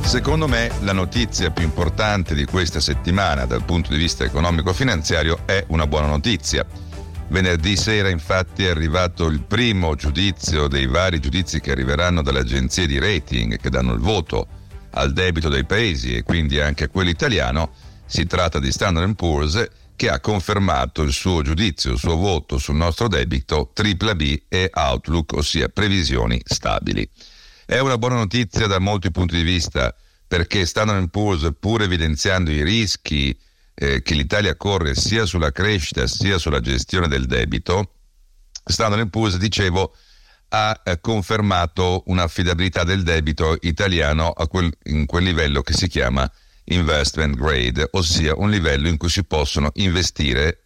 Secondo me la notizia più importante di questa settimana dal punto di vista economico-finanziario è una buona notizia. Venerdì sera infatti è arrivato il primo giudizio dei vari giudizi che arriveranno dalle agenzie di rating che danno il voto al debito dei paesi e quindi anche a quello italiano. Si tratta di Standard & Poor's, che ha confermato il suo giudizio, il suo voto sul nostro debito BBB e Outlook, ossia previsioni stabili. È una buona notizia da molti punti di vista, perché Standard & Poor's, pur evidenziando i rischi che l'Italia corre sia sulla crescita sia sulla gestione del debito, Standard & Poor's, dicevo, ha confermato un'affidabilità del debito italiano in quel livello che si chiama investment grade, ossia un livello in cui si possono investire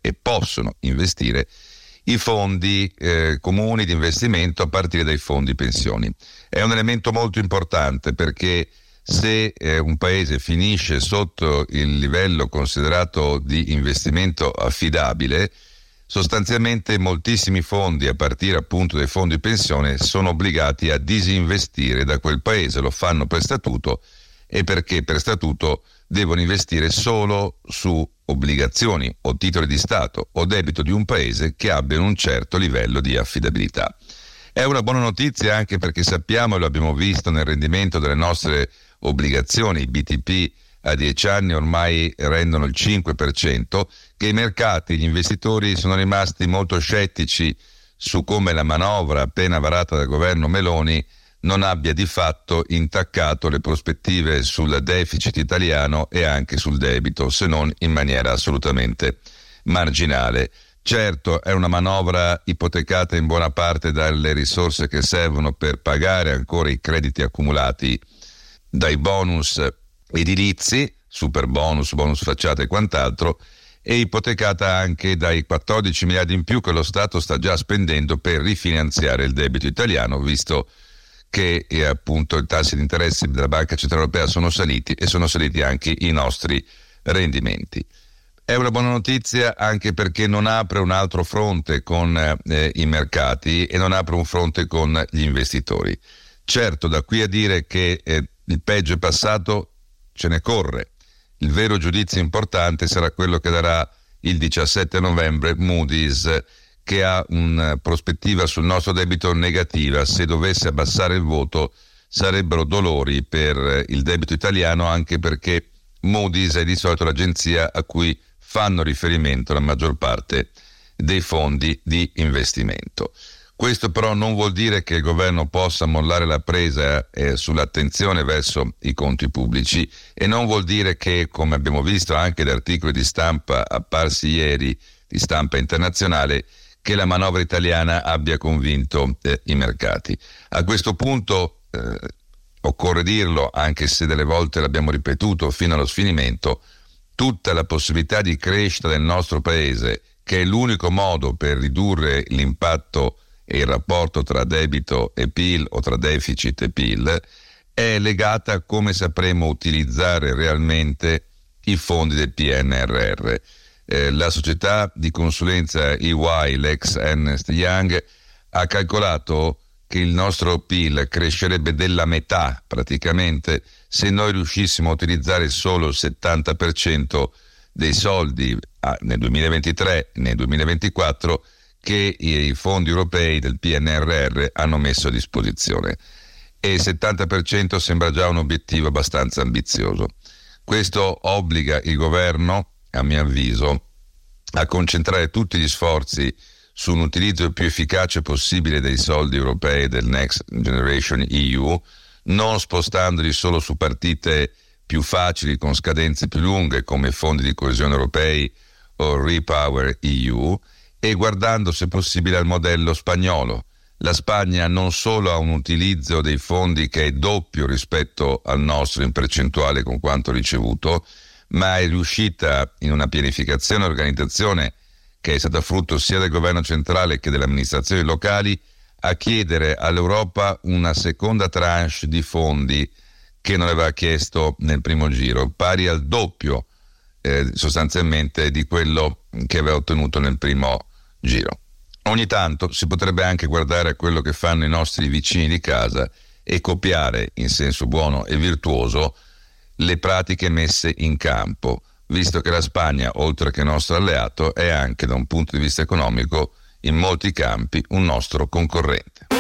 i fondi comuni di investimento a partire dai fondi pensioni. È un elemento molto importante, perché se un paese finisce sotto il livello considerato di investimento affidabile, sostanzialmente moltissimi fondi, a partire appunto dai fondi pensione, sono obbligati a disinvestire da quel paese. Lo fanno per statuto, e perché per statuto devono investire solo su obbligazioni o titoli di Stato o debito di un paese che abbiano un certo livello di affidabilità. È una buona notizia anche perché sappiamo, e lo abbiamo visto nel rendimento delle nostre obbligazioni, i BTP a 10 anni ormai rendono il 5%, che i mercati, gli investitori sono rimasti molto scettici su come la manovra appena varata dal governo Meloni non abbia di fatto intaccato le prospettive sul deficit italiano e anche sul debito, se non in maniera assolutamente marginale. Certo, è una manovra ipotecata in buona parte dalle risorse che servono per pagare ancora i crediti accumulati dai bonus edilizi, super bonus, bonus facciata e quant'altro, e ipotecata anche dai 14 miliardi in più che lo Stato sta già spendendo per rifinanziare il debito italiano, visto che appunto i tassi di interesse della Banca Centrale Europea sono saliti e sono saliti anche i nostri rendimenti. È una buona notizia anche perché non apre un altro fronte con i mercati e non apre un fronte con gli investitori. Certo, da qui a dire che il peggio è passato, ce ne corre. Il vero giudizio importante sarà quello che darà il 17 novembre Moody's, che ha una prospettiva sul nostro debito negativa. Se dovesse abbassare il voto sarebbero dolori per il debito italiano, anche perché Moody's è di solito l'agenzia a cui fanno riferimento la maggior parte dei fondi di investimento. Questo però non vuol dire che il governo possa mollare la presa sull'attenzione verso i conti pubblici, e non vuol dire che, come abbiamo visto anche da articoli di stampa apparsi ieri, di stampa internazionale, che la manovra italiana abbia convinto i mercati. A questo punto occorre dirlo, anche se delle volte l'abbiamo ripetuto fino allo sfinimento, tutta la possibilità di crescita del nostro paese, che è l'unico modo per ridurre l'impatto e il rapporto tra debito e PIL o tra deficit e PIL, è legata a come sapremo utilizzare realmente i fondi del PNRR. La società di consulenza EY, l'ex Ernst Young, ha calcolato che il nostro PIL crescerebbe della metà praticamente se noi riuscissimo a utilizzare solo il 70% dei soldi nel 2023 e nel 2024 che i fondi europei del PNRR hanno messo a disposizione, e il 70% sembra già un obiettivo abbastanza ambizioso. Questo obbliga il governo, a mio avviso, a concentrare tutti gli sforzi su un utilizzo più efficace possibile dei soldi europei del Next Generation EU, non spostandoli solo su partite più facili con scadenze più lunghe come i fondi di coesione europei o Repower EU, e guardando se possibile al modello spagnolo. La Spagna non solo ha un utilizzo dei fondi che è doppio rispetto al nostro in percentuale con quanto ricevuto, ma è riuscita in una pianificazione e organizzazione che è stata frutto sia del governo centrale che delle amministrazioni locali a chiedere all'Europa una seconda tranche di fondi che non aveva chiesto nel primo giro, pari al doppio sostanzialmente di quello che aveva ottenuto nel primo giro. Ogni tanto si potrebbe anche guardare a quello che fanno i nostri vicini di casa e copiare in senso buono e virtuoso le pratiche messe in campo, visto che la Spagna, oltre che nostro alleato, è anche da un punto di vista economico in molti campi un nostro concorrente.